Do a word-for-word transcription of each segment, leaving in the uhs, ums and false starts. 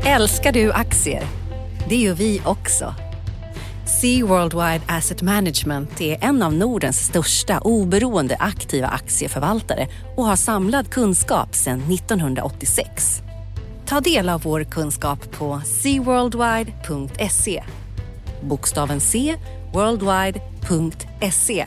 Älskar du aktier? Det gör vi också. Sea Worldwide Asset Management är en av Nordens största oberoende aktiva aktieförvaltare och har samlad kunskap sedan nittonhundraåttiosex. Ta del av vår kunskap på sea worldwide punkt se. Bokstaven C, worldwide punkt se.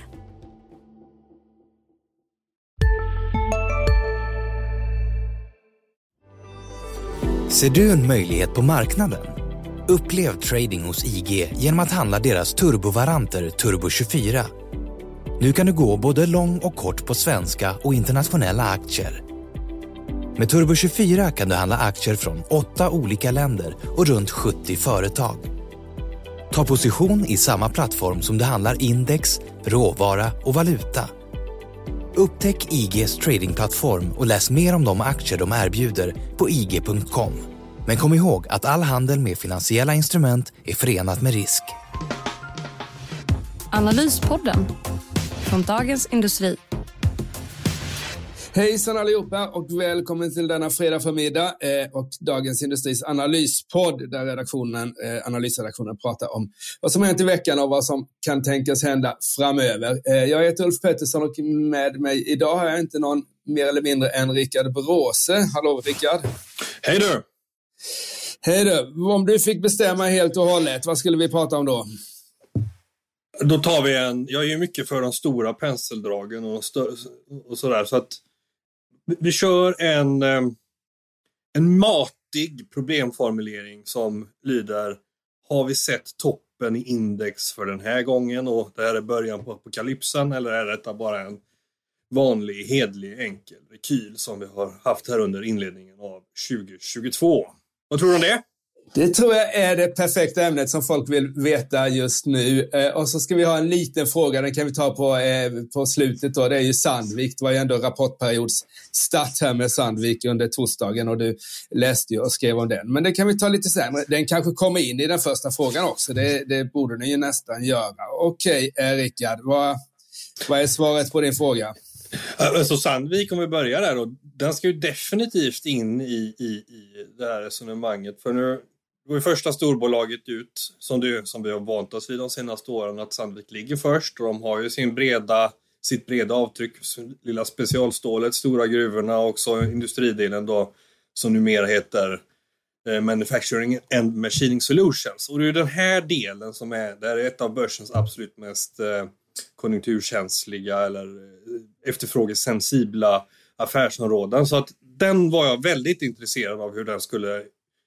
Ser du en möjlighet på marknaden? Upplev trading hos I G genom att handla deras turbovaranter Turbo tjugofyra. Nu kan du gå både lång och kort på svenska och internationella aktier. Med Turbo tjugofyra kan du handla aktier från åtta olika länder och runt sjuttio företag. Ta position i samma plattform som du handlar index, råvara och valuta. Upptäck I Gs tradingplattform och läs mer om de aktier de erbjuder på i g punkt com. Men kom ihåg att all handel med finansiella instrument är förenat med risk. Analyspodden från Dagens Industri. Hejsan allihopa och välkommen till denna fredag förmiddag eh, och Dagens Industris analyspodd där redaktionen, eh, analysredaktionen pratar om vad som hänt i veckan och vad som kan tänkas hända framöver. Eh, jag heter Ulf Pettersson och med mig idag har jag inte någon mer eller mindre än Rickard Bråse. Hallå Rickard. Hej du. Hej du. Om du fick bestämma helt och hållet, vad skulle vi prata om då? Då tar vi en, jag är ju mycket för de stora penseldragen och, stö- och sådär så att vi kör en, en matig problemformulering som lyder: har vi sett toppen i index för den här gången och det här är början på apokalypsen, eller är detta bara en vanlig, hedlig, enkel rekyl som vi har haft här under inledningen av tjugo tjugotvå? Vad tror du om det? Det tror jag är det perfekta ämnet som folk vill veta just nu. Eh, och så ska vi ha en liten fråga, den kan vi ta på, eh, på slutet då. Det är ju Sandvik, det var ju ändå rapportperiods start här med Sandvik under torsdagen och du läste ju och skrev om den. Men det kan vi ta lite senare. Den kanske kommer in i den första frågan också, det, det borde ni ju nästan göra. Okej, eh, Rickard, vad, vad är svaret på din fråga? Alltså Sandvik, om vi börjar där då, den ska ju definitivt in i, i, i det här resonemanget. För nu går ju första storbolaget ut, som, du, som vi har vant oss vid de senaste åren, att Sandvik ligger först. Och de har ju sin breda, sitt breda avtryck, lilla specialstålet, stora gruvorna och också industridelen då, som numera heter eh, Manufacturing and Machining Solutions. Och det är ju den här delen som är, det är ett av börsens absolut mest eh, konjunkturkänsliga eller efterfrågesensibla affärsområden. Så att den var jag väldigt intresserad av hur den skulle,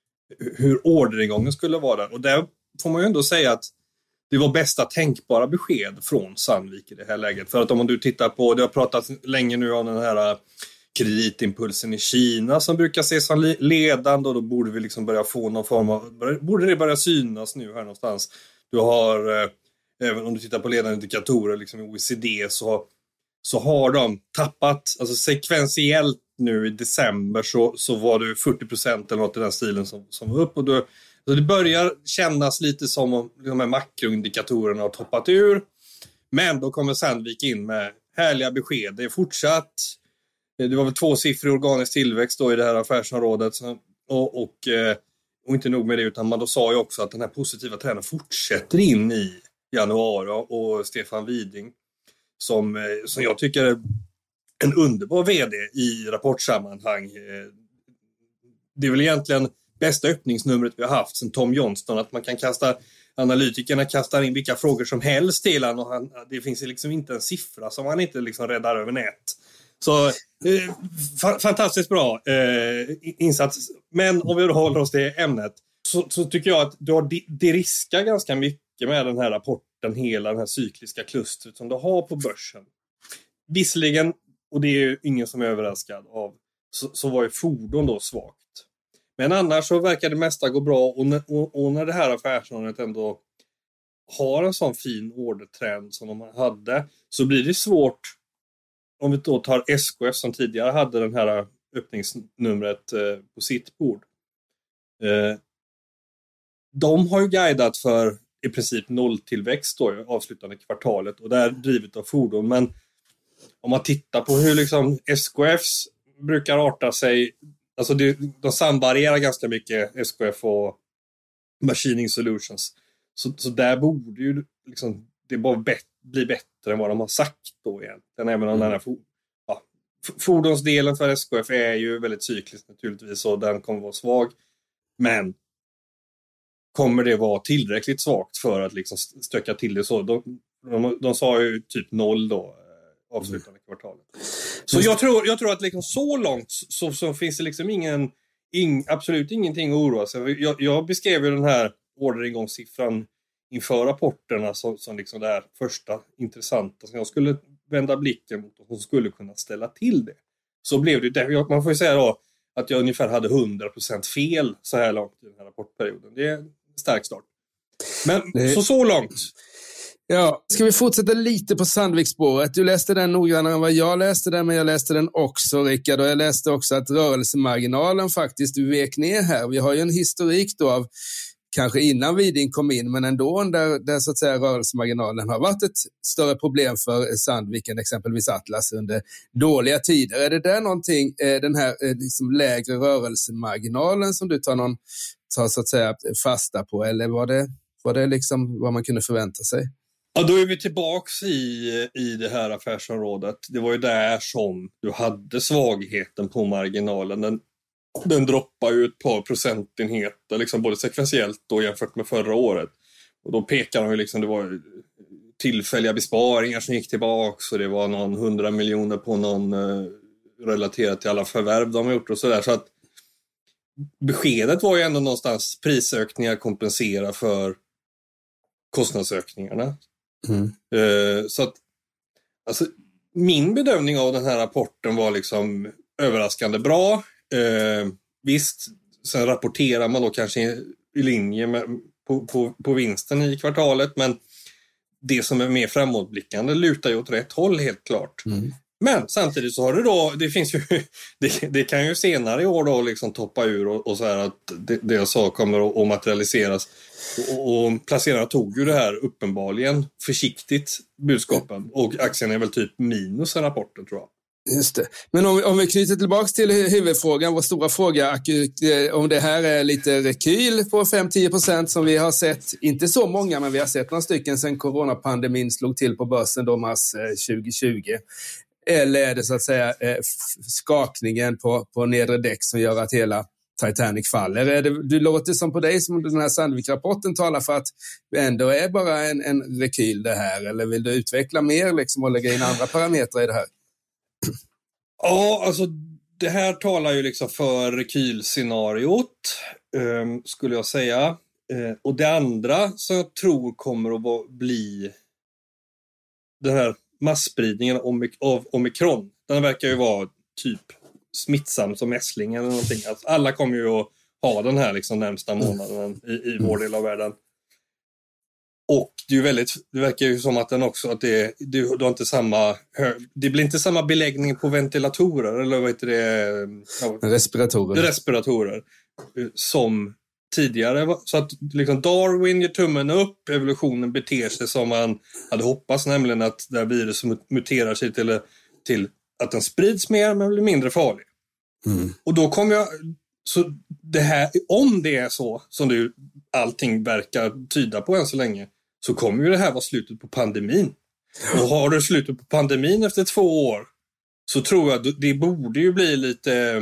hur orderingången skulle vara där. Och där får man ju ändå säga att det var bästa tänkbara besked från Sandvik i det här läget. För att om du tittar på, det har pratat länge nu om den här kreditimpulsen i Kina som brukar ses som ledande, och då borde vi liksom börja få någon form av, borde det börja synas nu här någonstans. Du har, även om du tittar på ledande indikatorer liksom i O E C D, så, så har de tappat, alltså sekventiellt nu i december så, så var det fyrtio procent eller något i den stilen som, som var upp. Och då, så det börjar kännas lite som om de här makroindikatorerna har toppat ur. Men då kommer Sandvik in med härliga besked. Det är fortsatt, det var väl tvåsiffrig organisk tillväxt då i det här affärsområdet. Och, och, och inte nog med det, utan man då sa ju också att den här positiva trenden fortsätter in i januari. Och Stefan Widing, som, som jag tycker är en underbar vd i rapportsammanhang. Det är väl egentligen bästa öppningsnumret vi har haft sedan Tom Johnston, att man kan kasta, analytikerna kastar in vilka frågor som helst till han, och han, det finns liksom inte en siffra som han inte liksom räddar över nät. Så eh, fa- fantastiskt bra eh, insats. Men om vi då håller oss till ämnet, så, så tycker jag att du har de, de riskar ganska mycket med den här rapporten, hela den här cykliska klustret som du har på börsen. Visserligen, och det är ju ingen som är överraskad av, så, så var ju fordon då svagt. Men annars så verkar det mesta gå bra, och när, och, och när det här affärsområdet ändå har en sån fin ordertrend som de hade, så blir det svårt, om vi då tar S K F som tidigare hade den här öppningsnumret eh, på sitt bord. Eh, de har ju guidat för i princip nolltillväxt då i avslutande kvartalet, och det är drivet av fordon. Men om man tittar på hur liksom S K Fs brukar arta sig, alltså det, de samvarierar ganska mycket, S K F och Machining Solutions. Så, så där borde ju liksom, det bara bet, bli bättre än vad de har sagt då egentligen. Även om mm. den här for, ja, fordonsdelen för S K F är ju väldigt cyklisk naturligtvis, och den kommer vara svag. Men kommer det vara tillräckligt svagt för att liksom stöka till det så? De, de, de sa ju typ noll då, avslutande kvartalet. Så jag tror, jag tror att liksom så långt så, så finns det liksom ingen, ing, absolut ingenting att oroa sig. Jag, jag beskrev ju den här orderingångssiffran inför rapporterna som, som liksom det här första intressanta som jag skulle vända blicken mot och som skulle kunna ställa till det. Så blev det där. Man får ju säga då att jag ungefär hade hundra procent fel så här långt i den här rapportperioden. Det är en stark start. Men det... så så långt. Ja, ska vi fortsätta lite på Sandvik-spåret? Du läste den noggrannare än vad jag läste den, men jag läste den också, Rickard. Och jag läste också att rörelsemarginalen faktiskt vek ner här. Vi har ju en historik då av, kanske innan Widing kom in, men ändå där, där så att säga rörelsemarginalen har varit ett större problem för Sandvik än exempelvis Atlas under dåliga tider. Är det där någonting, den här liksom lägre rörelsemarginalen som du tar någon tar så att säga fasta på, eller var det, var det liksom vad man kunde förvänta sig? Ja, då är vi tillbaks i, i det här affärsområdet. Det var ju där som du hade svagheten på marginalen. Den, den droppar ju ett par procentenheter, liksom både sekventiellt då jämfört med förra året. Och då pekar de ju liksom, det var tillfälliga besparingar som gick tillbaka, så det var någon hundra miljoner på någon eh, relaterat till alla förvärv de har gjort och sådär. Så att beskedet var ju ändå någonstans prisökningar kompensera för kostnadsökningarna. Mm. Uh, så att alltså, min bedömning av den här rapporten var liksom överraskande bra. Uh, visst, sen rapporterar man då kanske i, i linje med, på, på, på vinsten i kvartalet, men det som är mer framåtblickande lutar ju åt rätt håll helt klart. Mm. Men samtidigt så har det då, det finns ju, det, det kan ju senare i år då liksom toppa ur och, och så här att det, det jag sa kommer att, att materialiseras. Och, och placerarna tog ju det här uppenbarligen försiktigt budskapen, och aktien är väl typ minus i rapporten, tror jag. Just det. Men om vi, om vi knyter tillbaka till huvudfrågan, vår stora fråga, om det här är lite rekyl på fem till tio procent som vi har sett, inte så många, men vi har sett några stycken sedan coronapandemin slog till på börsen då mars tjugo tjugo. Eller är det så att säga skakningen på, på nedre däck som gör att hela Titanic faller? Är det, du låter som på dig som den här Sandvik-rapporten talar för att det ändå är bara en, en rekyl det här. Eller vill du utveckla mer liksom och lägga in andra parametrar i det här? Ja, alltså det här talar ju liksom för rekylscenariot, um, skulle jag säga. Uh, och det andra som jag tror kommer att vara, bli den här massspridningen av omikron. Den verkar ju vara typ smittsam som mässling eller någonting. Alltså alla kommer ju att ha den här liksom närmsta månaden i, i vår del av världen. Och det är ju väldigt, det verkar ju som att den också, att det, det, det, har inte samma, det blir inte samma beläggning på ventilatorer, eller vad heter det? Ja, respiratorer. Respiratorer. Som tidigare. Så att liksom Darwin ger tummen upp, evolutionen beter sig som man hade hoppats, nämligen att det här viruset muterar sig till, till att den sprids mer men blir mindre farlig. Mm. Och då kommer jag, så det här, om det är så som det, allting verkar tyda på än så länge, så kommer ju det här vara slutet på pandemin. Och har du slutet på pandemin efter två år, så tror jag det borde ju bli lite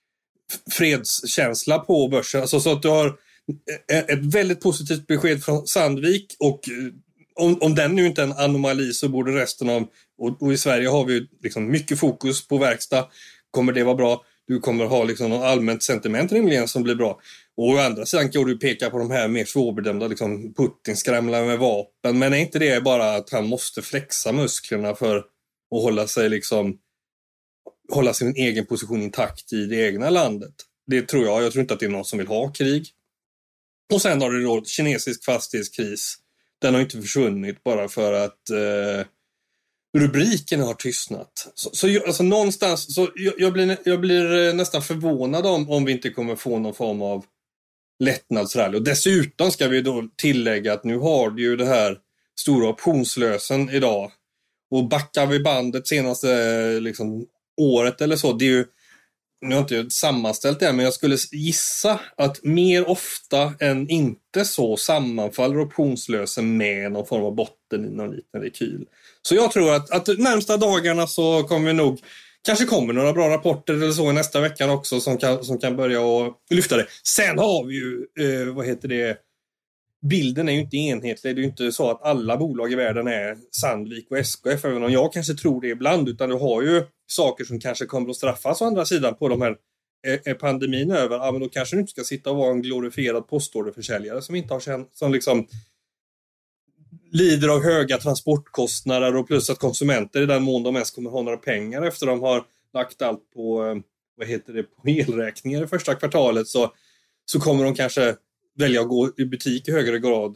fredskänsla på börsen. Alltså så att du har ett väldigt positivt besked från Sandvik, och om, om den nu inte är en anomali, så borde resten av, och, och i Sverige har vi liksom mycket fokus på verkstad, kommer det vara bra. Du kommer ha liksom något allmänt sentiment rimligen som blir bra. Och å andra sidan kan du peka på de här mer svårbedömda, liksom Putin skramlar med vapen, men är inte det bara att han måste flexa musklerna för att hålla sig liksom hålla sin egen position intakt i det egna landet? Det tror jag. Jag tror inte att det är någon som vill ha krig. Och sen har du då kinesisk fastighetskris. Den har inte försvunnit bara för att eh, rubrikerna har tystnat. Så, så alltså, någonstans, så jag, jag, blir, jag blir nästan förvånad om, om vi inte kommer få någon form av lättnadsrally. Och dessutom ska vi då tillägga att nu har du ju det här stora optionslösen idag. Och backar vi bandet senaste liksom året eller så, det är ju nu har jag inte sammanställt det, men jag skulle gissa att mer ofta än inte så sammanfaller optionslösen med någon form av botten i någon liten rekyl. Så jag tror att, att närmsta dagarna så kommer vi nog, kanske kommer några bra rapporter eller så i nästa vecka också som kan, som kan börja och lyfta det. Sen har vi ju, eh, vad heter det, bilden är ju inte enhetlig. Det är ju inte så att alla bolag i världen är Sandvik och S K F, även om jag kanske tror det ibland, utan du har ju saker som kanske kommer att straffas å andra sidan på de här. Är pandemin över, ja, men då kanske du inte ska sitta och vara en glorifierad postorderförsäljare som inte har känt, som liksom lider av höga transportkostnader och plus att konsumenter i den mån de ens kommer ha några pengar efter de har lagt allt på, vad heter det, på elräkningar i första kvartalet, så, så kommer de kanske välja att gå i butik i högre grad.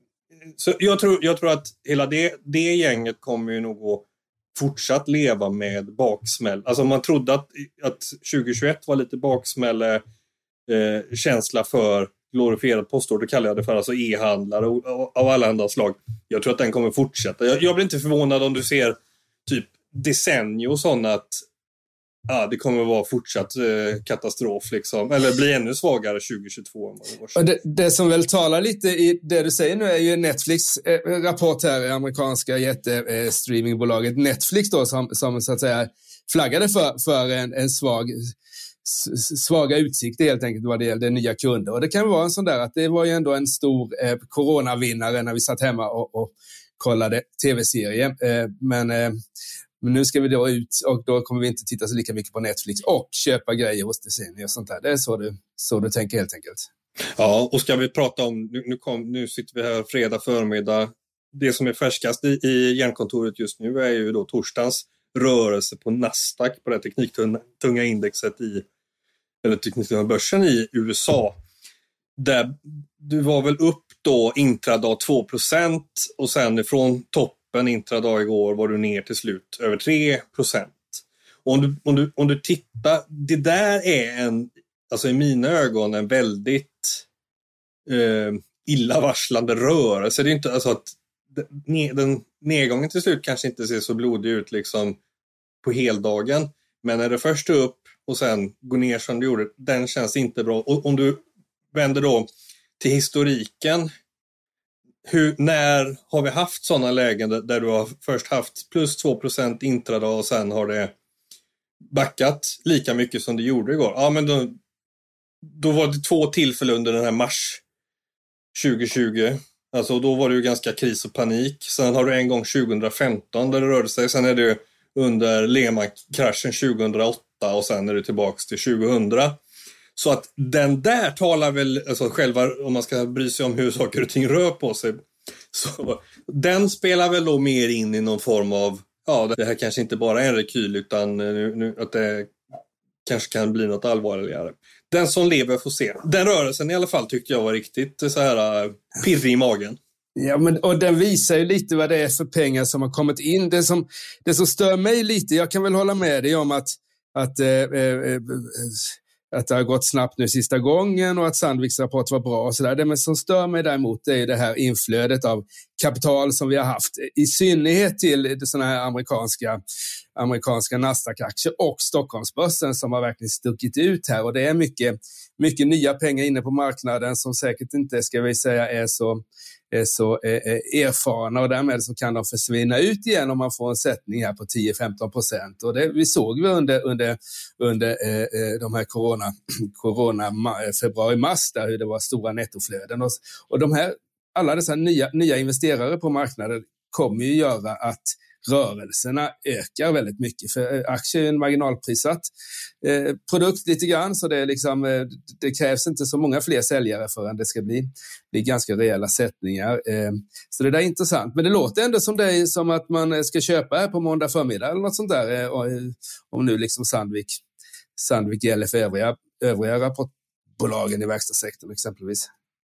Så jag tror, jag tror att hela det, det gänget kommer ju nog att fortsatt leva med baksmäll. Alltså man trodde att, att tjugohundratjugoett var lite baksmälle eh, känsla för glorifierad postorder, kallar jag det för, alltså e-handlare av alla andra slag. Jag tror att den kommer fortsätta. Jag, jag blir inte förvånad om du ser typ Desenio och sådana att ja, det kommer vara fortsatt eh, katastrof liksom, eller bli ännu svagare tjugohundratjugotvå. Och det, det som väl talar lite i det du säger nu är ju Netflix eh, rapport här, i amerikanska jättestreamingbolaget eh, Netflix då, som, som så att säga flaggade för, för en, en svag s- svaga utsikter helt enkelt vad det gällde nya kunder. Och det kan vara en sån där att det var ju ändå en stor eh, coronavinnare när vi satt hemma och, och kollade tv-serien. Eh, men eh, Men nu ska vi då ut och då kommer vi inte titta så lika mycket på Netflix och köpa grejer hos Desenio och sånt där. Det är så du, så du tänker helt enkelt. Ja, och ska vi prata om, nu, nu, kom, nu sitter vi här fredag förmiddag. Det som är färskast i, i Hjärnkontoret just nu är ju då torsdagens rörelse på Nasdaq, på det tekniktunga indexet i, eller tekniktunga börsen i U S A. Där du var väl upp då intradag två procent och sen ifrån topp en intradag igår var du ner till slut över tre procent. Och om du, om du, om du tittar, det där är en, alltså i mina ögon, en väldigt eh, illavarslande rörelse. Det är inte alltså att den nedgången till slut kanske inte ser så blodig ut liksom på heldagen, men när det först är upp och sen går ner som det gjorde, den känns inte bra. Och om du vänder då till historiken, Hur, när har vi haft sådana lägen där, där du har först haft plus två procent intradag och sen har det backat lika mycket som det gjorde igår? Ja, men då, då var det två tillfällen under den här mars tjugohundratjugo. Alltså då var det ju ganska kris och panik. Sen har du en gång tjugohundrafemton där det rörde sig. Sen är det under Lehman-kraschen tjugohundraåtta och sen är det tillbaka till tjugohundra. Så att den där talar väl, alltså själva, om man ska bry sig om hur saker och ting rör på sig, så den spelar väl då mer in i någon form av, ja, det här kanske inte bara är en rekyl utan nu, nu, att det kanske kan bli något allvarligare. Den som lever får se. Den rörelsen i alla fall tyckte jag var riktigt så här pirrig i magen. Ja, men, och den visar ju lite vad det är för pengar som har kommit in. Det som, det som stör mig lite, jag kan väl hålla med dig om att, att eh, eh, att det har gått snabbt nu sista gången och att Sandviks rapport var bra och sådär. Det som stör mig däremot är det här inflödet av kapital som vi har haft, i synnerhet till sådana här amerikanska, amerikanska Nasdaq-aktier och Stockholmsbörsen som har verkligen stuckit ut här. Och det är mycket, mycket nya pengar inne på marknaden som säkert inte, ska vi säga, är så, är så eh, erfarna, och därmed så kan de försvinna ut igen om man får en sättning här på tio till femton procent. Och det vi såg vi under, under, under eh, de här corona, corona februari-mars där hur det var stora nettoflöden. Och, och de här, alla dessa nya, nya investerare på marknaden kommer ju göra att rörelserna ökar väldigt mycket. För aktier är en marginalprissatt eh, produkt lite grann, så det, är liksom, eh, det krävs inte så många fler säljare för att det ska bli, bli ganska rejäla sättningar. Eh, så det där är intressant. Men det låter ändå som, det, som att man ska köpa här på måndag förmiddag eller något sånt där. Eh, om nu liksom Sandvik, Sandvik gäller för övriga, övriga rapportbolagen i verkstadssektorn exempelvis.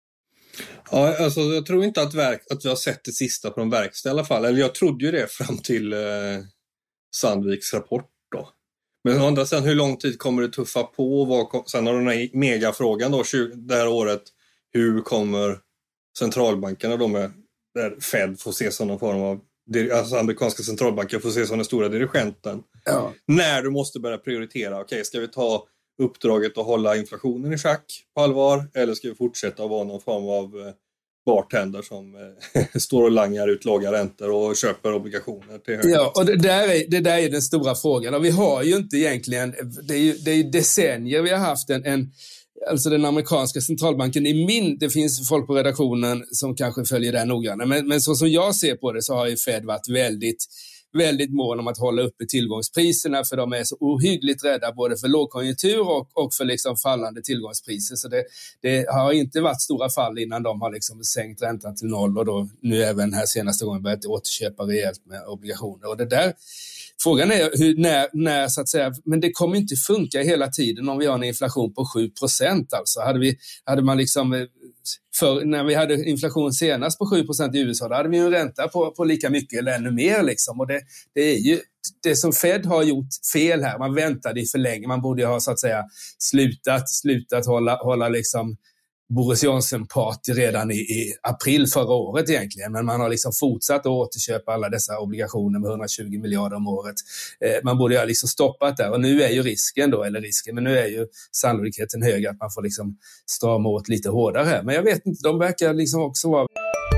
Ja, alltså jag tror inte att, verk, att vi har sett det sista på de verkstad i alla fall. Eller jag trodde ju det fram till eh, Sandviks rapport då. Men å andra sidan, hur lång tid kommer det tuffa på? Vad, sen har den här megafrågan då, det här året. Hur kommer centralbankerna då med, där Fed får se som någon form av, alltså amerikanska centralbanker får se som den stora dirigenten. Ja. När du måste börja prioritera, okej, okay, ska vi ta uppdraget att hålla inflationen i schack på allvar, eller ska vi fortsätta att vara någon form av bartender som eh, står och langar ut låga räntor och köper obligationer till höger? Ja, och det där, är, det där är den stora frågan. Och vi har ju inte egentligen, det är ju, det är ju decennier vi har haft en, en alltså den amerikanska centralbanken i min, det finns folk på redaktionen som kanske följer det noggrant, men, men så som jag ser på det så har ju Fed varit väldigt väldigt mån om att hålla uppe tillgångspriserna, för de är så ohyggligt rädda både för lågkonjunktur och, och för liksom fallande tillgångspriser. Så det, det har inte varit stora fall innan de har liksom sänkt räntan till noll och då nu även här senaste gången börjat återköpa rejält med obligationer. Och det där, frågan är hur, när, när så att säga, men det kommer inte funka hela tiden om vi har en inflation på sju procent. Alltså hade, vi, hade man liksom, för när vi hade inflation senast på sju procent i U S A, då hade vi ju en ränta på, på lika mycket eller ännu mer liksom. Och det, det är ju det som Fed har gjort fel här. Man väntade i för länge. Man borde ha så att säga slutat, slutat hålla, hålla liksom Boris Johnson-party redan i, i april förra året egentligen, men man har liksom fortsatt att återköpa alla dessa obligationer med hundratjugo miljarder om året. Eh, man borde ha liksom stoppat där, och nu är ju risken då, eller risken, men nu är ju sannolikheten hög att man får liksom strama åt lite hårdare här. Men jag vet inte, de verkar liksom också vara...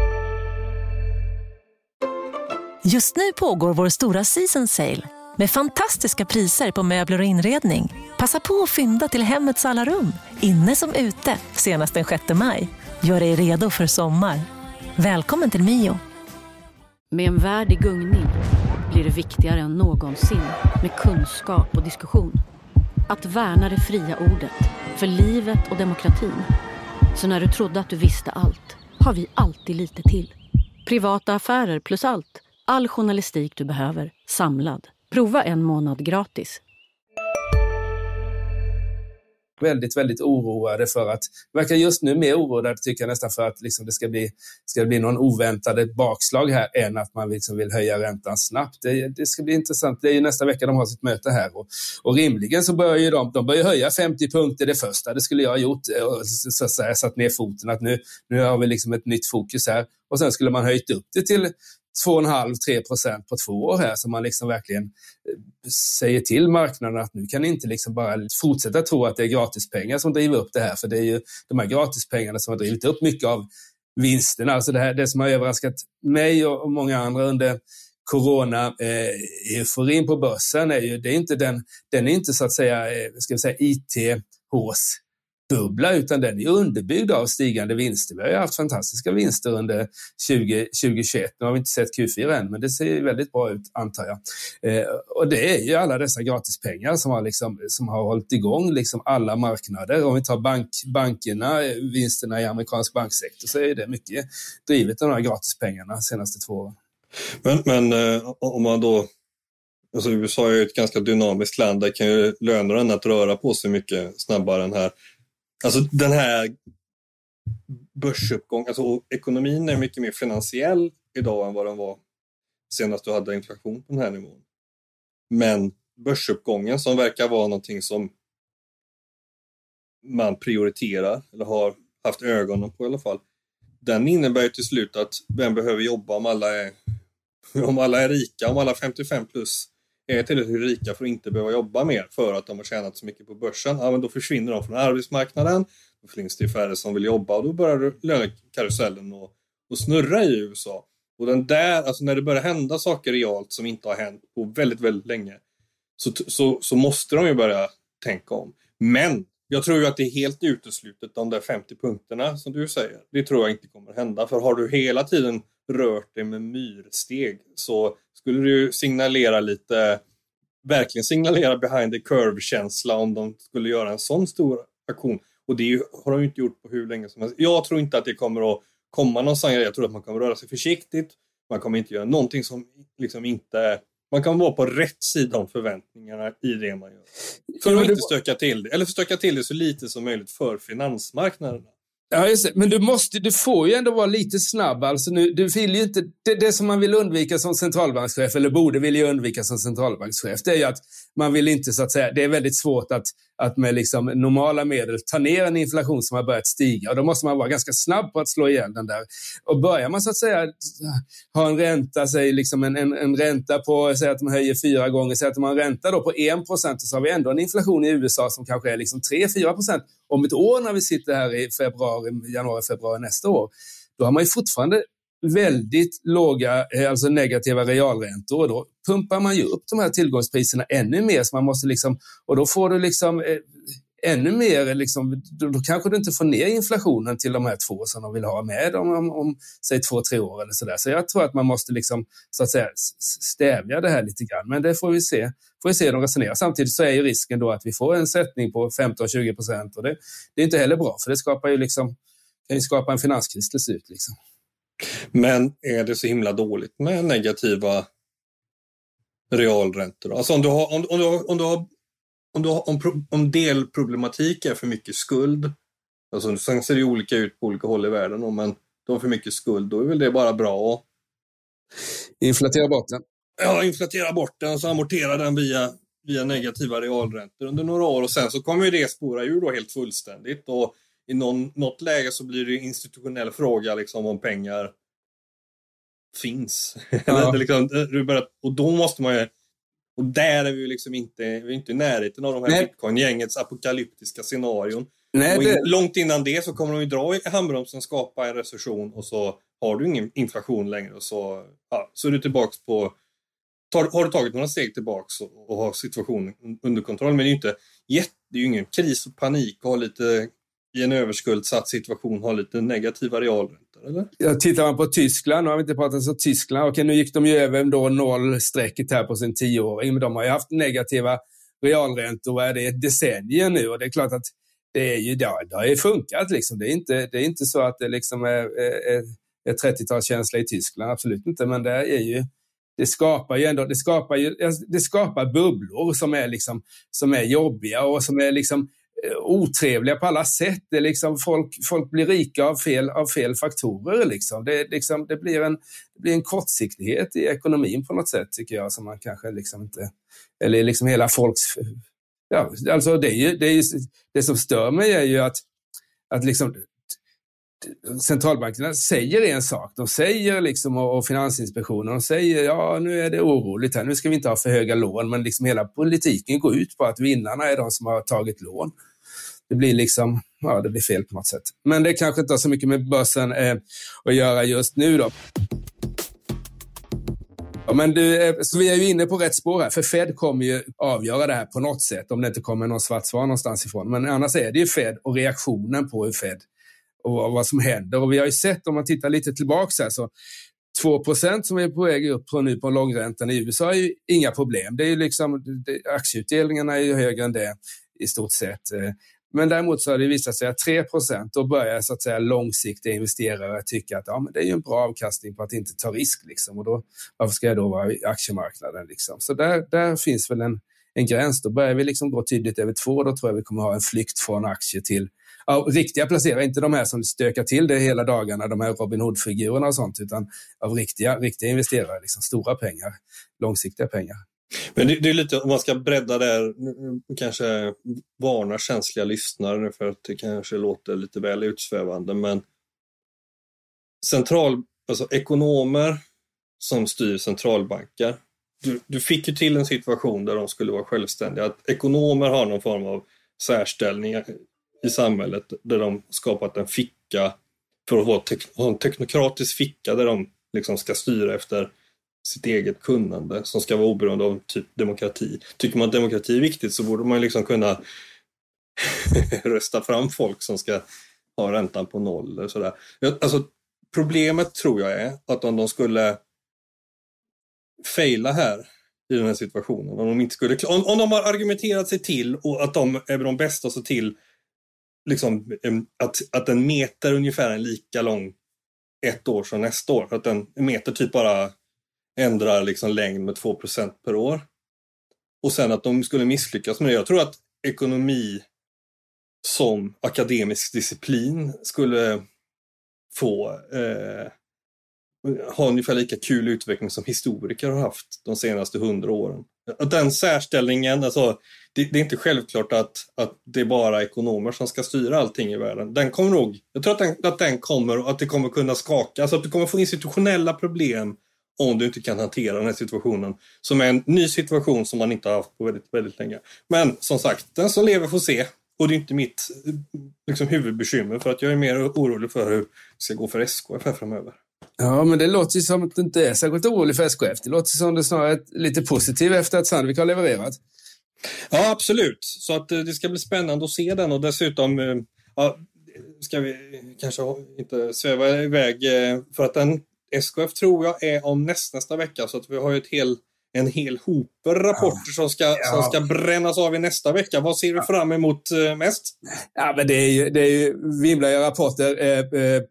Just nu pågår vår stora season sale med fantastiska priser på möbler och inredning. Passa på att fynda till hemmets alla rum, inne som ute, senast den sjätte maj. Gör dig redo för sommar. Välkommen till Mio. Med en värld i gungning blir det viktigare än någonsin med kunskap och diskussion. Att värna det fria ordet, för livet och demokratin. Så när du trodde att du visste allt, har vi alltid lite till. Privata affärer plus allt. All journalistik du behöver, samlad. Prova en månad gratis. Väldigt, väldigt oroade för att, verkar just nu mer oroade tycker jag nästan för att liksom det ska bli, ska det bli någon oväntade bakslag här än att man liksom vill höja räntan snabbt. Det, det ska bli intressant. Det är ju nästa vecka de har sitt möte här och, och rimligen så börjar ju de, de börjar höja femtio punkter det första. Det skulle jag ha gjort och så att säga satt ner foten att nu, nu har vi liksom ett nytt fokus här och sen skulle man höjt upp det till två komma fem till tre procent på två år här, så man liksom verkligen säger till marknaden att nu kan ni inte liksom bara fortsätta tro att det är gratispengar som driver upp det här, för det är ju de här gratispengarna som har drivit upp mycket av vinsterna. Alltså det, här, det som har överraskat mig och många andra under corona-euforin eh, på börsen är ju, det är inte den, den är inte så att säga, eh, ska vi säga I T-hås bubbla, utan den är underbyggd av stigande vinster. Vi har ju haft fantastiska vinster under tjugo tjugoett. Nu har vi inte sett Q fyra än, men det ser väldigt bra ut antar jag. Eh, och det är ju alla dessa gratispengar som har, liksom, som har hållit igång liksom alla marknader. Om vi tar bank, bankerna, vinsterna i amerikansk banksektor, så är det mycket drivet av de här gratispengarna de senaste två åren. Men, men eh, om man då, alltså U S A är ju ett ganska dynamiskt land, där kan ju lönerna att röra på sig mycket snabbare än här. Alltså den här börsuppgången, alltså ekonomin är mycket mer finansiell idag än vad den var senast du hade inflation på den här nivån. Men börsuppgången som verkar vara någonting som man prioriterar eller har haft ögonen på i alla fall, den innebär ju till slut att vem behöver jobba om alla är, om alla är rika, om alla femtiofem plus är tillräckligt rika för att inte behöva jobba mer för att de har tjänat så mycket på börsen. Ja, men då försvinner de från arbetsmarknaden, då finns det färre som vill jobba och då börjar lönekarusellen och, och snurra i U S A. Och den där, alltså när det börjar hända saker realt som inte har hänt på väldigt, väldigt länge, så, så, så måste de ju börja tänka om. Men jag tror ju att det är helt uteslutet, de där femtio punkterna som du säger. Det tror jag inte kommer hända. För har du hela tiden rört dig med myrsteg, så skulle du signalera lite, verkligen signalera behind the curve-känsla om de skulle göra en sån stor aktion. Och det är ju, har de ju inte gjort på hur länge som helst. Jag tror inte att det kommer att komma någonstans. Jag tror att man kommer röra sig försiktigt. Man kommer inte göra någonting som liksom inte... Man kan vara på rätt sida om förväntningarna i det man gör. För att inte stöka till det. Eller för stöka till det så lite som möjligt för finansmarknaderna. Ja, just det. Men du måste, du får ju ändå vara lite snabb. Alltså nu, du vill ju inte, det, det som man vill undvika som centralbankschef, eller borde vilja undvika som centralbankschef, det är ju att man vill inte så att säga, det är väldigt svårt att, att med liksom normala medel ta ner en inflation som har börjat stiga. Och då måste man vara ganska snabb på att slå ihjäl den där. Och börjar man så att säga ha en ränta, säg liksom en, en, en ränta på, säg att man höjer fyra gånger, säg att man räntar då på en procent, så har vi ändå en inflation i U S A som kanske är liksom tre till fyra procent om ett år när vi sitter här i februari, januari, februari nästa år. Då har man ju fortfarande väldigt låga, alltså negativa realräntor, och då pumpar man ju upp de här tillgångspriserna ännu mer, så man måste liksom, och då får du liksom eh, ännu mer liksom, då, då kanske du inte får ner inflationen till de här två som de vill ha med om, om, om säg två, tre år eller sådär. Så jag tror att man måste liksom, så att säga, stävja det här lite grann, men det får vi se, får vi se hur de resonerar. Samtidigt så är ju risken då att vi får en sättning på femton till tjugo procent, och det, det är inte heller bra, för det skapar ju liksom, kan ju skapa en finanskris till slut liksom. Men är det så himla dåligt med negativa realräntor? Alltså om du har, om, om du har, om du har, om, du har om, om delproblematik är för mycket skuld, alltså sen ser det ju olika ut på olika håll i världen, men de har för mycket skuld, då är väl det bara bra att inflatera bort den. Ja, inflatera bort den och så amortera den via, via negativa realräntor under några år, och sen så kommer ju det spåra ur då helt fullständigt, och i någon, något läge så blir det en institutionell fråga liksom om pengar finns. Ja. liksom, och då måste man ju, och där är vi ju liksom inte, vi är inte i närheten av de här Nej. Bitcoin-gängets apokalyptiska scenarion. Nej, och in, det... Långt innan det så kommer de ju dra i handbromsen, skapa en recession, och så har du ingen inflation längre, och så, ja, så är du tillbaks på, tar, har du tagit några steg tillbaks och, och har situationen under kontroll, men det är ju inte jätte, det är ju ingen kris och panik och ha lite i en överskuldsatt situation har lite negativa realräntor, eller? Ja, tittar man på Tyskland, nu har vi inte pratat så Tyskland, okej, nu gick de ju över då nollstrecket här på sin tioåring, men de har ju haft negativa realräntor, vad är det, ett decennium nu, och det är klart att det är ju, det har ju funkat liksom, det är inte, det är inte så att det liksom är, är, är trettiotalskänsla i Tyskland, absolut inte, men det är ju, det skapar ju ändå, det skapar ju, det skapar bubblor som är liksom, som är jobbiga och som är liksom otrevliga på alla sätt. Det är liksom folk, folk blir rika av fel, av fel faktorer liksom. Det, liksom, det, blir en, det blir en kortsiktighet i ekonomin på något sätt, tycker jag, som man kanske liksom inte, eller liksom hela folks, ja, alltså det är ju, det är ju, det som stör mig är ju att, att liksom centralbankerna säger en sak, de säger liksom, och Finansinspektionen, de säger ja, nu är det oroligt här, nu ska vi inte ha för höga lån, men liksom hela politiken går ut på att vinnarna är de som har tagit lån. Det blir liksom, ja, det blir fel på något sätt. Men det kanske inte har så mycket med börsen eh, att göra just nu då. Ja, men du, så vi är ju inne på rätt spår här, för Fed kommer ju avgöra det här på något sätt, om det inte kommer någon svart svan någonstans ifrån. Men annars är det ju Fed och reaktionen på hur Fed och vad som händer. Och vi har ju sett, om man tittar lite tillbaka här, så två procent som är på väg upp på nu på långräntan i U S A är ju inga problem. Det är ju liksom, det, aktieutdelningarna är ju högre än det i stort sett. Men däremot så har det visat sig att tre procent, då börjar så att säga långsiktiga investerare tycka att ja, men det är ju en bra avkastning på att inte ta risk liksom. Och då, varför ska jag då vara i aktiemarknaden liksom? Så där, där finns väl en, en gräns. Då börjar vi liksom gå tydligt över två. Då tror jag vi kommer ha en flykt från aktier till ja, riktiga placerare, inte de här som stökar till det hela dagarna, de här Robin Hood-figurerna och sånt, utan av riktiga, riktiga investerare, liksom stora pengar, långsiktiga pengar. Men det, det är lite, om man ska bredda där, kanske varna känsliga lyssnare för att det kanske låter lite väl utsvävande, men central, alltså ekonomer som styr centralbanker, du, du fick ju till en situation där de skulle vara självständiga, att ekonomer har någon form av särställning i samhället där de skapat en ficka för att ha, te- ha en teknokratisk ficka där de liksom ska styra efter sitt eget kunnande som ska vara oberoende av typ demokrati. Tycker man att demokrati är viktigt så borde man liksom kunna rösta fram folk som ska ha räntan på noll eller sådär. Alltså, problemet tror jag är att om de skulle faila här i den här situationen, om de inte skulle, om, om de har argumenterat sig till och att de är de bästa så till liksom, att, att en meter ungefär är lika lång ett år som nästa år. Att en meter typ bara ändrar liksom längd med två procent per år. Och sen att de skulle misslyckas med det. Jag tror att ekonomi som akademisk disciplin skulle få eh, ha ungefär lika kul utveckling som historiker har haft de senaste hundra åren. Att den särställningen, alltså det, det är inte självklart att, att det är bara ekonomer som ska styra allting i världen. Den kommer nog, jag tror att den, att den kommer, att det kommer kunna skaka, alltså att du kommer få institutionella problem om du inte kan hantera den här situationen, som är en ny situation som man inte har haft på väldigt, väldigt länge. Men som sagt, den som lever får se. Och det är inte mitt liksom, huvudbekymmer, för att jag är mer orolig för hur det ska gå för S K F här framöver. Ja, men det låter ju som att du inte är särskilt orolig för S K F. Det låter som att du snarare är lite positiv efter att Sandvik har levererat. Ja, absolut. Så att det ska bli spännande att se den, och dessutom ja, ska vi kanske inte sväva iväg, för att den S K F tror jag är om näst, nästa vecka, så att vi har ju ett hel, en hel hop rapporter ja. som, ska, ja. som ska brännas av i nästa vecka. Vad ser vi ja. fram emot mest? Ja, men det är ju, det är ju vimliga rapporter. Eh, eh,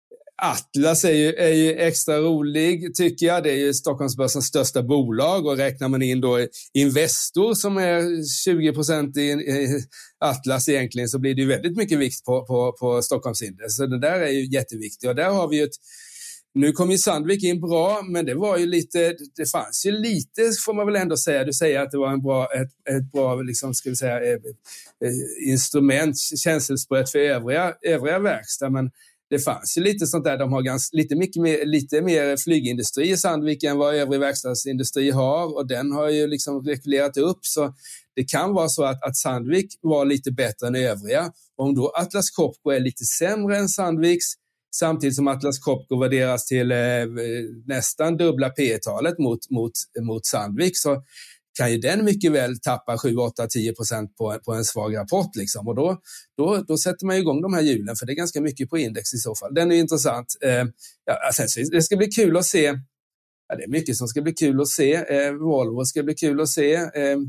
Atlas är ju, är ju extra rolig, tycker jag. Det är ju Stockholmsbörsens största bolag, och räknar man in då Investor som är tjugo procent i, i Atlas egentligen, så blir det ju väldigt mycket vikt på, på, på Stockholmsindex. Så det där är ju jätteviktigt, och där har vi ju ett. Nu kom ju Sandvik in bra, men det var ju lite, det fanns ju lite, får man väl ändå säga. Du säger att det var en bra, ett, ett bra liksom, ska vi säga, eh, eh, instrument, känselspröt för övriga, övriga verkstad, men det fanns ju lite sånt där. De har ganska, lite, mycket mer, lite mer flygindustri i Sandvik än vad övrig verkstadsindustri har, och den har ju liksom rekylerat upp, så det kan vara så att, att Sandvik var lite bättre än övriga. Om då Atlas Copco är lite sämre än Sandviks, samtidigt som Atlas Copco värderas till eh, nästan dubbla P-talet mot, mot, mot Sandvik, så kan ju den mycket väl tappa sju, åtta, tio procent på, på en svag rapport. Liksom. Och då, då, då sätter man igång de här hjulen, för det är ganska mycket på index i så fall. Den är intressant. Eh, ja, alltså, det ska bli kul att se. Ja, det är mycket som ska bli kul att se. Eh, Volvo ska bli kul att se. Eh,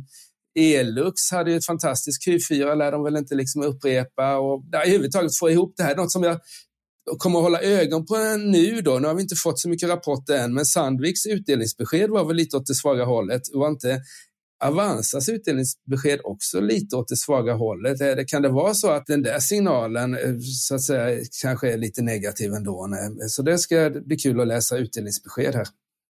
Elux hade ju ett fantastiskt Q fyra, lär de väl inte liksom upprepa. Och där, i huvudtaget få ihop det här. Något som jag kommer att hålla ögon på nu då. Nu har vi inte fått så mycket rapporter än, men Sandviks utdelningsbesked var väl lite åt det svaga hållet. Var inte Avanzas utdelningsbesked också lite åt det svaga hållet? Det, kan det vara så att den där signalen så att säga kanske är lite negativ ändå? Så det ska bli kul att läsa utdelningsbesked här.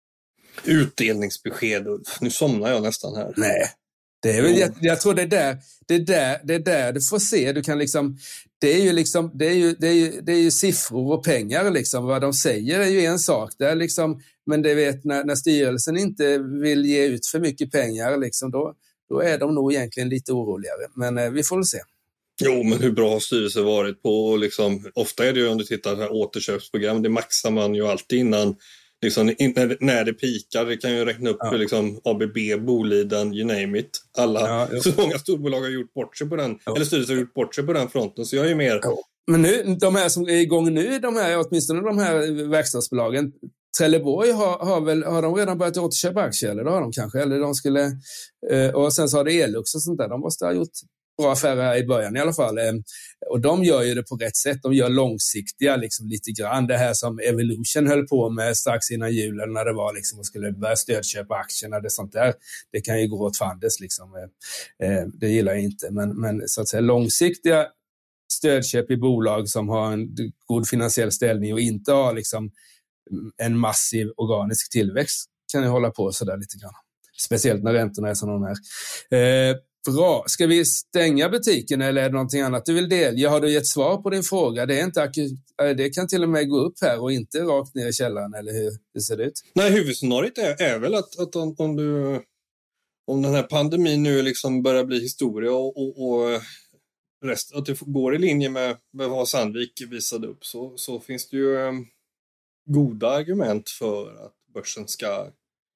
Utdelningsbesked, Ulf. Nu somnar jag nästan här. Nej. Det är väl, jag, jag tror det är där, det är där, det är där du får se. Du kan liksom, det är ju liksom, det är ju, det är ju, det är ju siffror och pengar liksom. Vad de säger är ju en sak där liksom, men det vet när, när styrelsen inte vill ge ut för mycket pengar liksom, då, då är de nog egentligen lite oroligare. Men eh, vi får väl se. Jo, men hur bra har styrelsen varit på liksom, ofta är det ju om du tittar på här återköpsprogram, det maxar man ju alltid innan. Liksom, när, när det pikar, det kan ju räkna upp ja. för liksom, A B B, Boliden, you name it. Alla, ja, så många storbolag har gjort bort sig på den, ja. eller styrelsen har gjort bort sig på den fronten, så jag är mer... Ja. Men nu, de här som är igång nu, de här, åtminstone de här verkstadsbolagen, Trelleborg har, har väl, har de redan börjat återköpa aktier, eller det har de kanske, eller de skulle, eh, och sen så har det Elux och sånt där, de måste ha gjort bra affärer i början i alla fall. Och de gör ju det på rätt sätt. De gör långsiktiga liksom lite grann. Det här som Evolution höll på med strax innan julen när det var liksom och skulle börja stödköpa aktierna. Det sånt där. Det kan ju gå åt fandes liksom. Det gillar jag inte. Men, men så att säga långsiktiga stödköp i bolag som har en god finansiell ställning och inte har liksom en massiv organisk tillväxt kan ju hålla på så där lite grann. Speciellt när räntorna är som de är. Eh, Bra. Ska vi stänga butiken eller är det någonting annat du vill delge? Har du gett svar på din fråga? Det är inte akut. Det kan till och med gå upp här och inte rakt ner i källaren, eller hur det ser ut? Nej, huvudscenariot är, är väl att, att om, om, du, om den här pandemin nu liksom börjar bli historia och, och, och rest, att det går i linje med, med vad Sandvik visade upp, så, så finns det ju um, goda argument för att börsen ska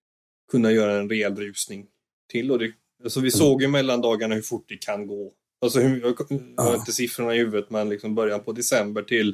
kunna göra en rejäl rusning till, och det alltså vi såg ju mellandagarna hur fort det kan gå. Alltså hur, jag har inte siffrorna i huvudet, men liksom början på december till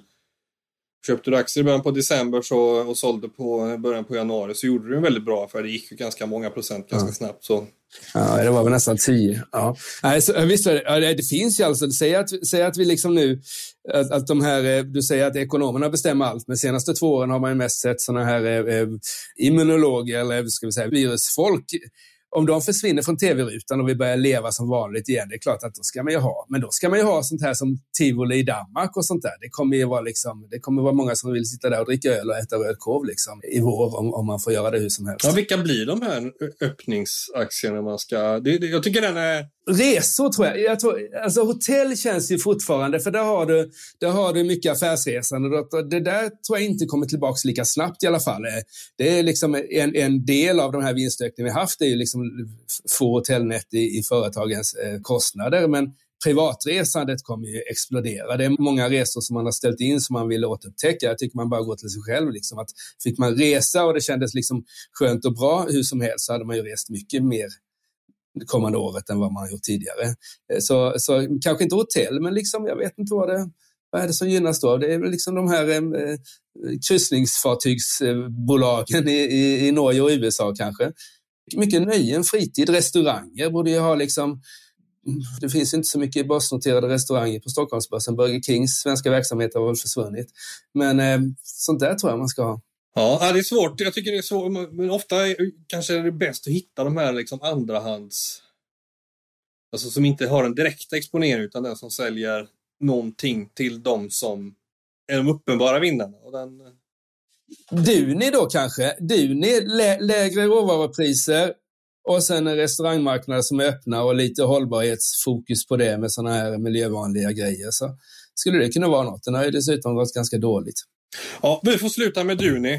köpte du aktier i början på december så, och sålde på början på januari, så gjorde du en väldigt bra, för det gick ju ganska många procent ganska ja. snabbt. Så. Ja, det var väl nästan tio. Ja. Nej, så, visst, det, det finns ju alltså, säg att, säg att vi liksom nu, att, att de här, du säger att ekonomerna bestämmer allt, men senaste två åren har man ju mest sett sådana här eh, immunologer, eller ska vi säga virusfolk. Om de försvinner från tv-rutan och vi börjar leva som vanligt igen, det är klart att då ska man ju ha. Men då ska man ju ha sånt här som Tivoli i Danmark och sånt där. Det kommer ju vara liksom, det kommer vara många som vill sitta där och dricka öl och äta rödkorv liksom i vår, om, om man får göra det hur som helst. Ja, vilka blir de här öppningsaktierna man ska... Det, det, jag tycker den är Resor tror jag. jag tror, alltså hotell känns ju fortfarande, för där har du, där har du mycket affärsresande. Det där tror jag inte kommer tillbaka lika snabbt i alla fall. Det är liksom en, en del av de här vinstökningarna vi haft, det är ju liksom få hotellnät i, i företagens eh, kostnader, men privatresandet kommer ju explodera. Det är många resor som man har ställt in som man vill återupptäcka. Jag tycker man bara går till sig själv. Liksom. Att fick man resa och det kändes liksom skönt och bra hur som helst, så hade man ju rest mycket mer det kommande året än vad man har gjort tidigare. Så, så kanske inte hotell, men liksom, jag vet inte vad det, vad är det som gynnas då. Det är väl liksom de här eh, kryssningsfartygsbolagen i, i, i Norge och U S A kanske. Mycket nöjen, fritid, restauranger borde ju ha liksom. Det finns inte så mycket börsnoterade restauranger på Stockholmsbörsen. Burger Kings svenska verksamhet har väl försvunnit. Men eh, sånt där tror jag man ska ha. Ja, det är svårt. Jag tycker det är svårt. Men ofta är, kanske är det bäst att hitta de här liksom andrahands... Alltså som inte har en direkt exponering, utan den som säljer någonting till de som är de uppenbara vinnarna. Och den... Duni då kanske. Duni, lä- lägre råvarupriser. Och sen en restaurangmarknad som är öppna och lite hållbarhetsfokus på det med sådana här miljövänliga grejer. Så skulle det kunna vara något. Den har ju dessutom gått ganska dåligt. Ja, vi får sluta med Duni.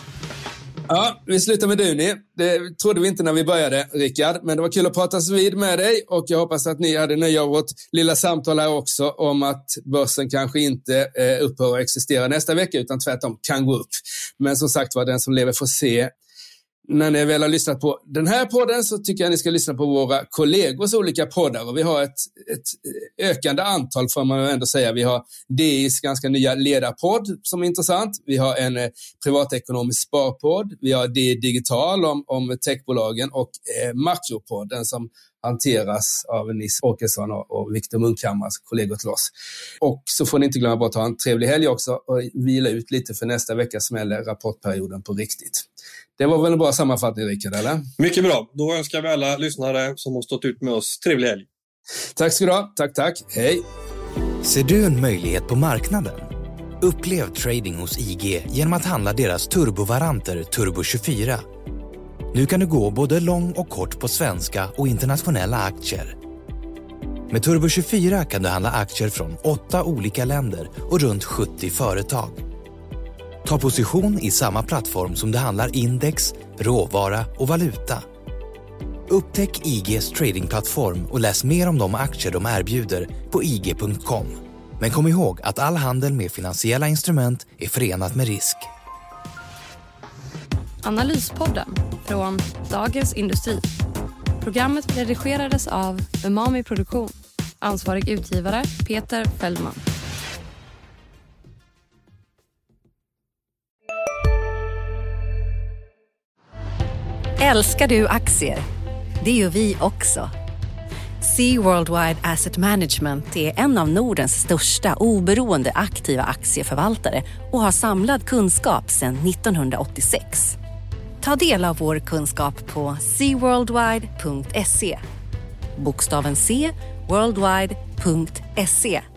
Ja, vi slutar med Duni. Det trodde vi inte när vi började, Rickard. Men det var kul att prata vid med dig. Och jag hoppas att ni hade nöje av vårt lilla samtal här också om att börsen kanske inte eh, upphör att existera nästa vecka, utan tvärtom kan gå upp. Men som sagt var, den som lever får se. När ni väl har lyssnat på den här podden så tycker jag ni ska lyssna på våra kollegors olika poddar. Och vi har ett, ett ökande antal, får man ändå säga. Vi har D I:s ganska nya ledarpodd som är intressant. Vi har en eh, privatekonomisk sparpodd. Vi har D I Digital om, om techbolagen och eh, Makropodden som hanteras av Nils Åkesson och, och Viktor Munkhammars kollegor till oss. Och så får ni inte glömma bort att ha en trevlig helg också och vila ut lite, för nästa vecka smäller rapportperioden på riktigt. Det var väl en bra sammanfattning, Rickard, eller? Mycket bra. Då önskar vi alla lyssnare som har stått ut med oss trevlig helg. Tack ska du ha. Tack, tack. Hej. Ser du en möjlighet på marknaden? Upplev trading hos I G genom att handla deras turbovaranter Turbo tjugofyra. Nu kan du gå både lång och kort på svenska och internationella aktier. Med Turbo tjugofyra kan du handla aktier från åtta olika länder och runt sjuttio företag. Ta position i samma plattform som du handlar index, råvara och valuta. Upptäck I G:s tradingplattform och läs mer om de aktier de erbjuder på i g punkt com. Men kom ihåg att all handel med finansiella instrument är förenat med risk. Analyspodden från Dagens Industri. Programmet redigerades av Umami Produktion. Ansvarig utgivare Peter Fällman. Älskar du aktier? Det gör vi också. Sea Worldwide Asset Management är en av Nordens största oberoende aktiva aktieförvaltare och har samlad kunskap sedan nittonhundraåttiosex. Ta del av vår kunskap på sea worldwide punkt se. Bokstaven C, worldwide punkt se.